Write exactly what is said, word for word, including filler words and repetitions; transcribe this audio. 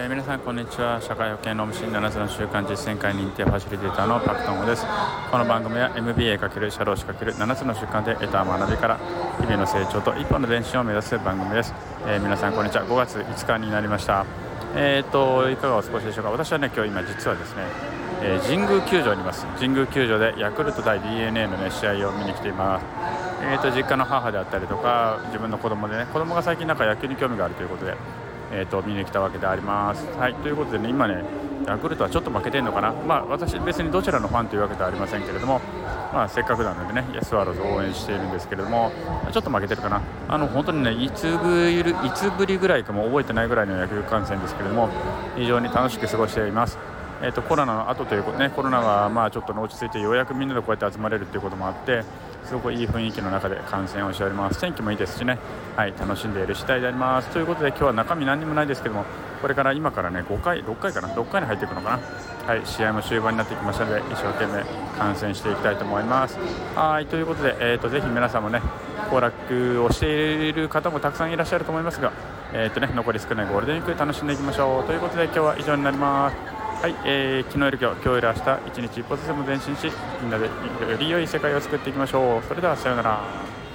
ー、皆さんこんにちは。社会保険労務士ななつの習慣実践会認定ファシリテーターのパクトンゴです。この番組は エムビーエー× 社労士×ななつの習慣で得た学びから日々の成長と一歩の前進を目指す番組です。えー、皆さんこんにちは。ごがついつかになりました。えー、っといかがお過ごしでしょうか。私はね今日今実はですね、えー、神宮球場にいます。神宮球場でヤクルト対 ディーエヌエー の、ね、試合を見に来ています。えー、と実家の母であったりとか自分の子供でね子供が最近なんか野球に興味があるということで、えー、と見に来たわけであります。はい、ということでね今ねヤクルトはちょっと負けてるのかな。まあ私別にどちらのファンというわけではありませんけれども、まあせっかくなのでねスワローズを応援しているんですけれども、ちょっと負けてるかな。あの本当にねいつぶりいつぶりぐらいかも覚えてないぐらいの野球観戦ですけれども、非常に楽しく過ごしています。えー、とコロナの後ということね、コロナがまあちょっと落ち着いてようやくみんなでこうやって集まれるということもあって、すごくいい雰囲気の中で観戦をしております。天気もいいですしね、はい、楽しんでいる次第であります。ということで今日は中身何にもないですけども、これから今からねごかいろっかいかなろっかいに入っていくのかな。はい、試合も終盤になってきましたので一生懸命観戦していきたいと思います。はい、ということで、えー、とぜひ皆さんもね行楽をしている方もたくさんいらっしゃると思いますが、えーとね、残り少ないゴールデンウィーク楽しんでいきましょう。ということで今日は以上になります。はい、えー、昨日より今日、今日より明日、一日一歩ずつでも前進し、みんなでより良い世界を作っていきましょう。それではさようなら。